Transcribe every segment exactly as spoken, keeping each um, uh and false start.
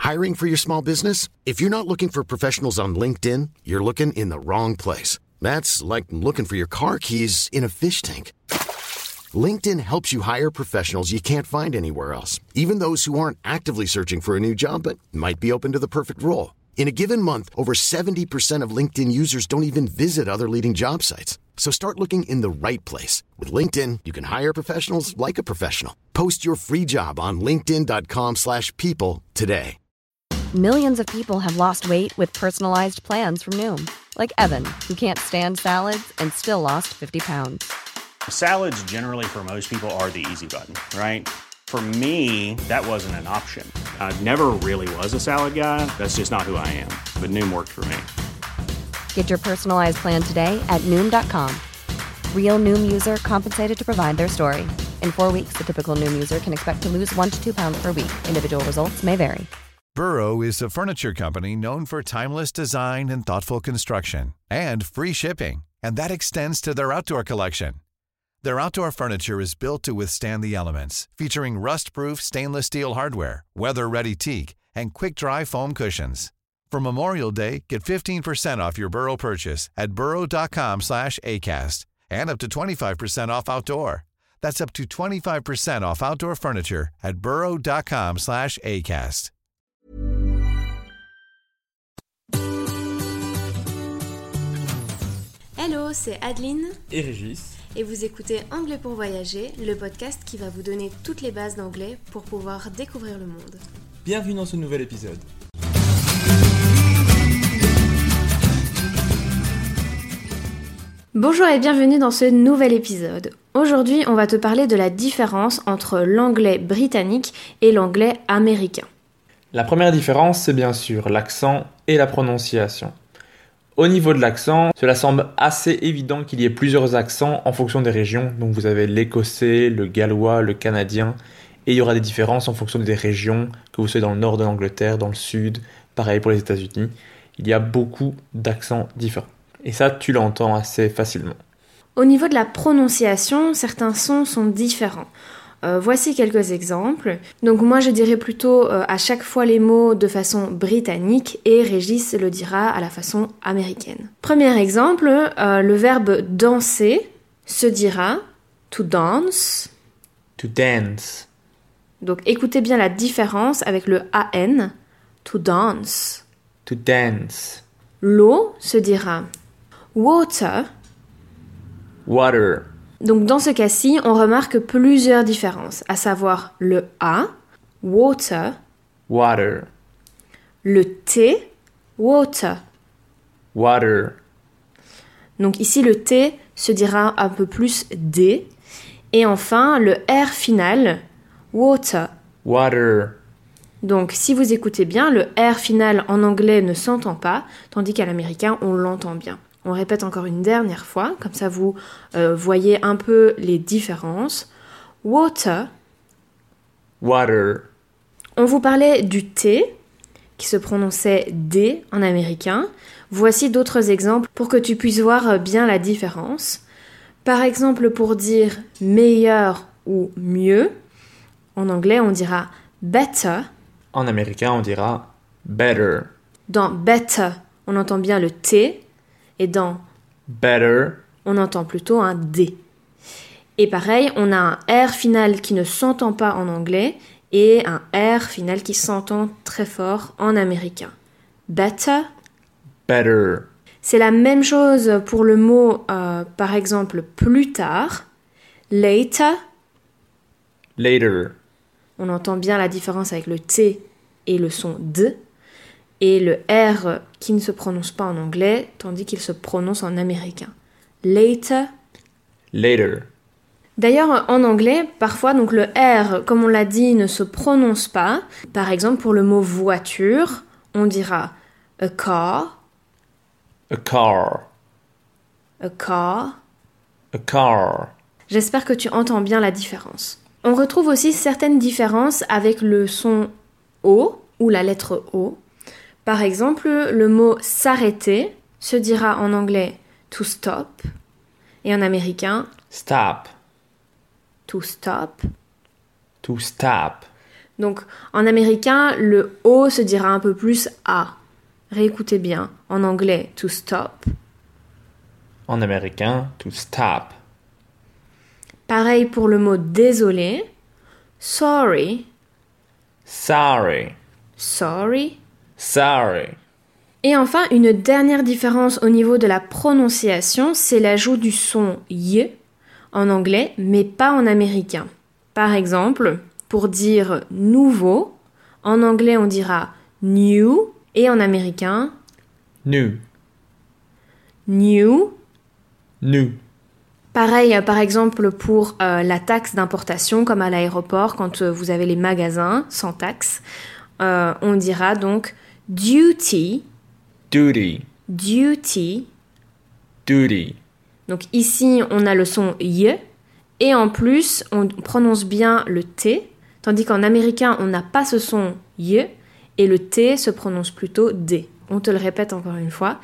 Hiring for your small business? If you're not looking for professionals on LinkedIn, you're looking in the wrong place. That's like looking for your car keys in a fish tank. LinkedIn helps you hire professionals you can't find anywhere else, even those who aren't actively searching for a new job but might be open to the perfect role. In a given month, over seventy percent of LinkedIn users don't even visit other leading job sites. So start looking in the right place. With LinkedIn, you can hire professionals like a professional. Post your free job on linkedin.com slash people today. Millions of people have lost weight with personalized plans from Noom. Like Evan, who can't stand salads and still lost fifty pounds. Salads generally for most people are the easy button, right? For me, that wasn't an option. I never really was a salad guy. That's just not who I am. But Noom worked for me. Get your personalized plan today at Noom dot com. Real Noom user compensated to provide their story. In four weeks, the typical Noom user can expect to lose one to two pounds per week. Individual results may vary. Burrow is a furniture company known for timeless design and thoughtful construction, and free shipping, and that extends to their outdoor collection. Their outdoor furniture is built to withstand the elements, featuring rust-proof stainless steel hardware, weather-ready teak, and quick-dry foam cushions. For Memorial Day, get fifteen percent off your Burrow purchase at burrow.com slash ACAST and up to twenty-five percent off outdoor. That's up to twenty-five percent off outdoor furniture at burrow.com slash ACAST. Hello, c'est Adeline et Régis. Et vous écoutez Anglais pour voyager, le podcast qui va vous donner toutes les bases d'anglais pour pouvoir découvrir le monde. Bienvenue dans ce nouvel épisode. Bonjour et bienvenue dans ce nouvel épisode. Aujourd'hui, on va te parler de la différence entre l'anglais britannique et l'anglais américain. La première différence, c'est bien sûr l'accent et la prononciation. Au niveau de l'accent, cela semble assez évident qu'il y ait plusieurs accents en fonction des régions. Donc vous avez l'écossais, le gallois, le canadien, et il y aura des différences en fonction des régions, que vous soyez dans le nord de l'Angleterre, dans le sud, pareil pour les États-Unis. Il y a beaucoup d'accents différents. Et ça, tu l'entends assez facilement. Au niveau de la prononciation, certains sons sont différents. Euh, voici quelques exemples. Donc moi je dirais plutôt euh, à chaque fois les mots de façon britannique et Régis le dira à la façon américaine. Premier exemple, euh, le verbe danser se dira to dance. To dance. Donc écoutez bien la différence avec le an, to dance. To dance. L'eau se dira water. Water. Donc dans ce cas-ci, on remarque plusieurs différences, à savoir le A, water, water, le T, water, water. Donc ici le T se dira un peu plus D, et enfin le R final, water, water. Donc si vous écoutez bien, le R final en anglais ne s'entend pas, tandis qu'à l'américain on l'entend bien. On répète encore une dernière fois, comme ça vous euh, voyez un peu les différences. Water. Water. On vous parlait du T, qui se prononçait D en américain. Voici d'autres exemples pour que tu puisses voir bien la différence. Par exemple, pour dire meilleur ou mieux, en anglais on dira better. En américain on dira better. Dans better, on entend bien le T. Et dans better, on entend plutôt un D. Et pareil, on a un R final qui ne s'entend pas en anglais et un R final qui s'entend très fort en américain. Better. Better. C'est la même chose pour le mot, euh, par exemple, plus tard. Later. Later. On entend bien la différence avec le T et le son D. Et le R qui ne se prononce pas en anglais, tandis qu'il se prononce en américain. Later. Later. D'ailleurs, en anglais, parfois, donc le R, comme on l'a dit, ne se prononce pas. Par exemple, pour le mot voiture, on dira a car. A car. A car. A car. J'espère que tu entends bien la différence. On retrouve aussi certaines différences avec le son O ou la lettre O. Par exemple, le mot s'arrêter se dira en anglais to stop et en américain stop. To stop. To stop. Donc en américain, le O se dira un peu plus A. Réécoutez bien. En anglais, to stop. En américain, to stop. Pareil pour le mot désolé. Sorry. Sorry. Sorry. Sorry. Et enfin, une dernière différence au niveau de la prononciation, c'est l'ajout du son y en anglais, mais pas en américain. Par exemple, pour dire nouveau, en anglais on dira new et en américain New. new. New. Pareil, par exemple, pour euh, la taxe d'importation, comme à l'aéroport, quand euh, vous avez les magasins sans taxe, euh, on dira donc duty, Duty. duty. Duty. Donc ici, on a le son y, et en plus, on prononce bien le T, tandis qu'en américain, on n'a pas ce son y, et le T se prononce plutôt D. On te le répète encore une fois.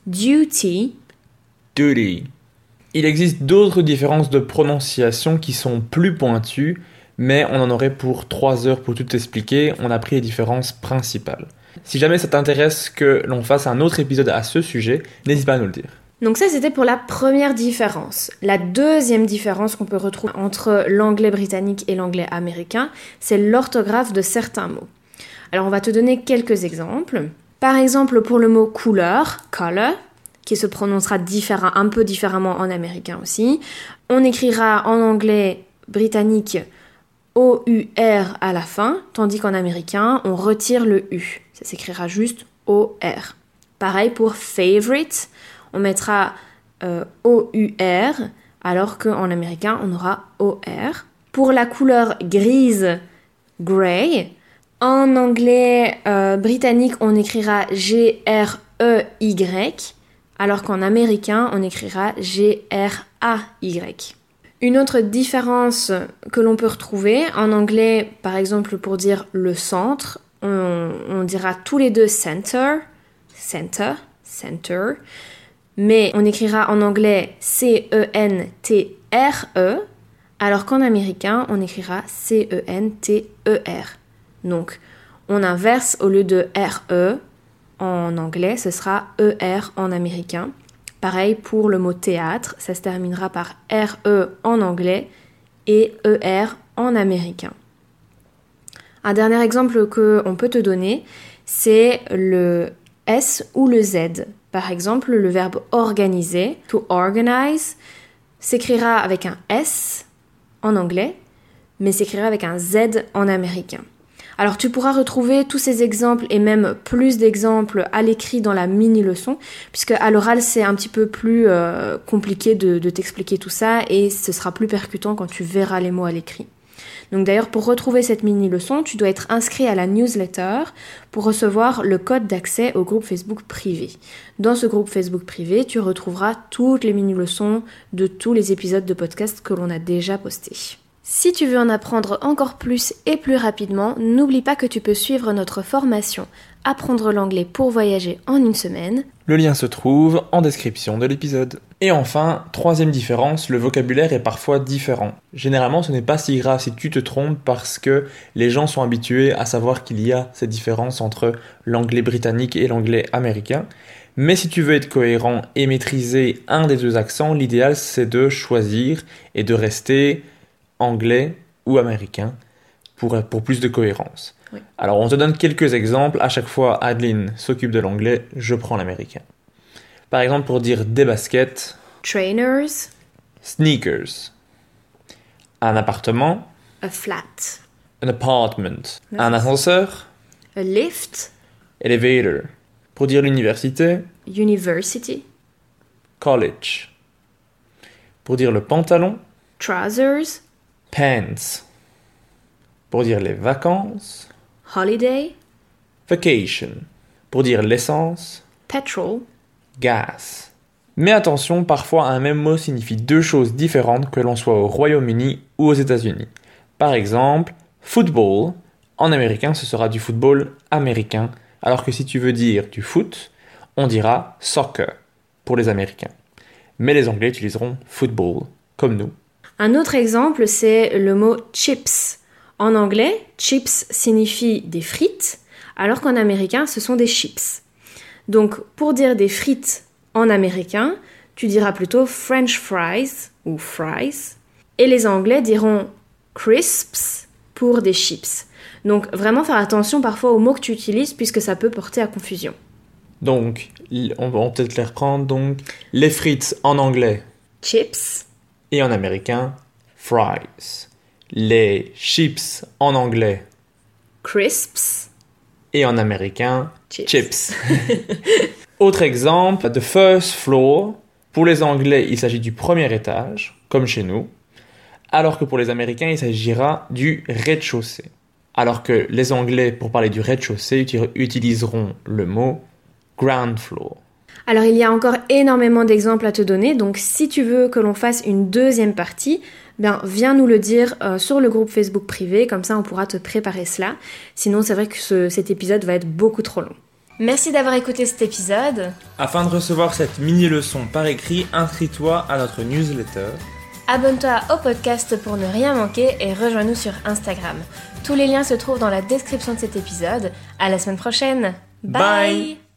Duty. Duty. Il existe d'autres différences de prononciation qui sont plus pointues, mais on en aurait pour trois heures pour tout expliquer. On a pris les différences principales. Si jamais ça t'intéresse que l'on fasse un autre épisode à ce sujet, n'hésite pas à nous le dire. Donc ça, c'était pour la première différence. La deuxième différence qu'on peut retrouver entre l'anglais britannique et l'anglais américain, c'est l'orthographe de certains mots. Alors on va te donner quelques exemples. Par exemple, pour le mot couleur, color, qui se prononcera différent, un peu différemment en américain aussi, on écrira en anglais britannique O U R à la fin, tandis qu'en américain, on retire le U. Ça s'écrira juste O R. Pareil pour favorite, on mettra euh, O U R, alors qu'en américain, on aura O R. Pour la couleur grise, grey, en anglais euh, britannique, on écrira G R E Y, alors qu'en américain, on écrira G R A Y. Une autre différence que l'on peut retrouver, en anglais, par exemple, pour dire le centre, on, on dira tous les deux center, center, center, mais on écrira en anglais C E N T R E, alors qu'en américain, on écrira C E N T E R. Donc, on inverse, au lieu de R E en anglais, ce sera E R en américain. Pareil pour le mot théâtre, ça se terminera par R E en anglais et E R en américain. Un dernier exemple qu'on peut te donner, c'est le S ou le Z. Par exemple, le verbe organiser, to organize, s'écrira avec un S en anglais, mais s'écrira avec un Z en américain. Alors tu pourras retrouver tous ces exemples et même plus d'exemples à l'écrit dans la mini-leçon, puisque à l'oral c'est un petit peu plus euh, compliqué de, de t'expliquer tout ça et ce sera plus percutant quand tu verras les mots à l'écrit. Donc d'ailleurs pour retrouver cette mini-leçon, tu dois être inscrit à la newsletter pour recevoir le code d'accès au groupe Facebook privé. Dans ce groupe Facebook privé, tu retrouveras toutes les mini-leçons de tous les épisodes de podcast que l'on a déjà postés. Si tu veux en apprendre encore plus et plus rapidement, n'oublie pas que tu peux suivre notre formation Apprendre l'anglais pour voyager en une semaine. Le lien se trouve en description de l'épisode. Et enfin, troisième différence, le vocabulaire est parfois différent. Généralement, ce n'est pas si grave si tu te trompes parce que les gens sont habitués à savoir qu'il y a cette différence entre l'anglais britannique et l'anglais américain. Mais si tu veux être cohérent et maîtriser un des deux accents, l'idéal c'est de choisir et de rester anglais ou américain pour, pour plus de cohérence. Oui. Alors on te donne quelques exemples. À chaque fois, Adeline s'occupe de l'anglais, je prends l'américain. Par exemple, pour dire des baskets, Trainers, sneakers. Un appartement, a flat, an apartment. Nice. Un ascenseur, a lift, elevator. Pour dire l'université, university, college. Pour dire le pantalon, trousers, pants. Pour dire les vacances, holiday, vacation. Pour dire l'essence, petrol. gas. Mais attention, parfois un même mot signifie deux choses différentes que l'on soit au Royaume-Uni ou aux États-Unis. Par exemple, football, en américain ce sera du football américain, alors que si tu veux dire du foot, on dira soccer pour les Américains. Mais les Anglais utiliseront football, comme nous. Un autre exemple, c'est le mot chips. En anglais, chips signifie des frites, alors qu'en américain, ce sont des chips. Donc, pour dire des frites en américain, tu diras plutôt French fries ou fries. Et les Anglais diront crisps pour des chips. Donc, vraiment faire attention parfois aux mots que tu utilises puisque ça peut porter à confusion. Donc, on va peut-être les reprendre. Donc, les frites en anglais. Chips. Et en américain, fries. Les chips en anglais. Crisps. Et en américain, chips. chips. Autre exemple, the first floor. Pour les Anglais, il s'agit du premier étage, comme chez nous. Alors que pour les Américains, il s'agira du rez-de-chaussée. Alors que les Anglais, pour parler du rez-de-chaussée, utiliseront le mot ground floor. Alors il y a encore énormément d'exemples à te donner, donc si tu veux que l'on fasse une deuxième partie, ben viens nous le dire euh, sur le groupe Facebook privé, comme ça on pourra te préparer cela. Sinon c'est vrai que ce, cet épisode va être beaucoup trop long. Merci d'avoir écouté cet épisode. Afin de recevoir cette mini-leçon par écrit, inscris-toi à notre newsletter. Abonne-toi au podcast pour ne rien manquer et rejoins-nous sur Instagram. Tous les liens se trouvent dans la description de cet épisode. À la semaine prochaine. Bye, Bye.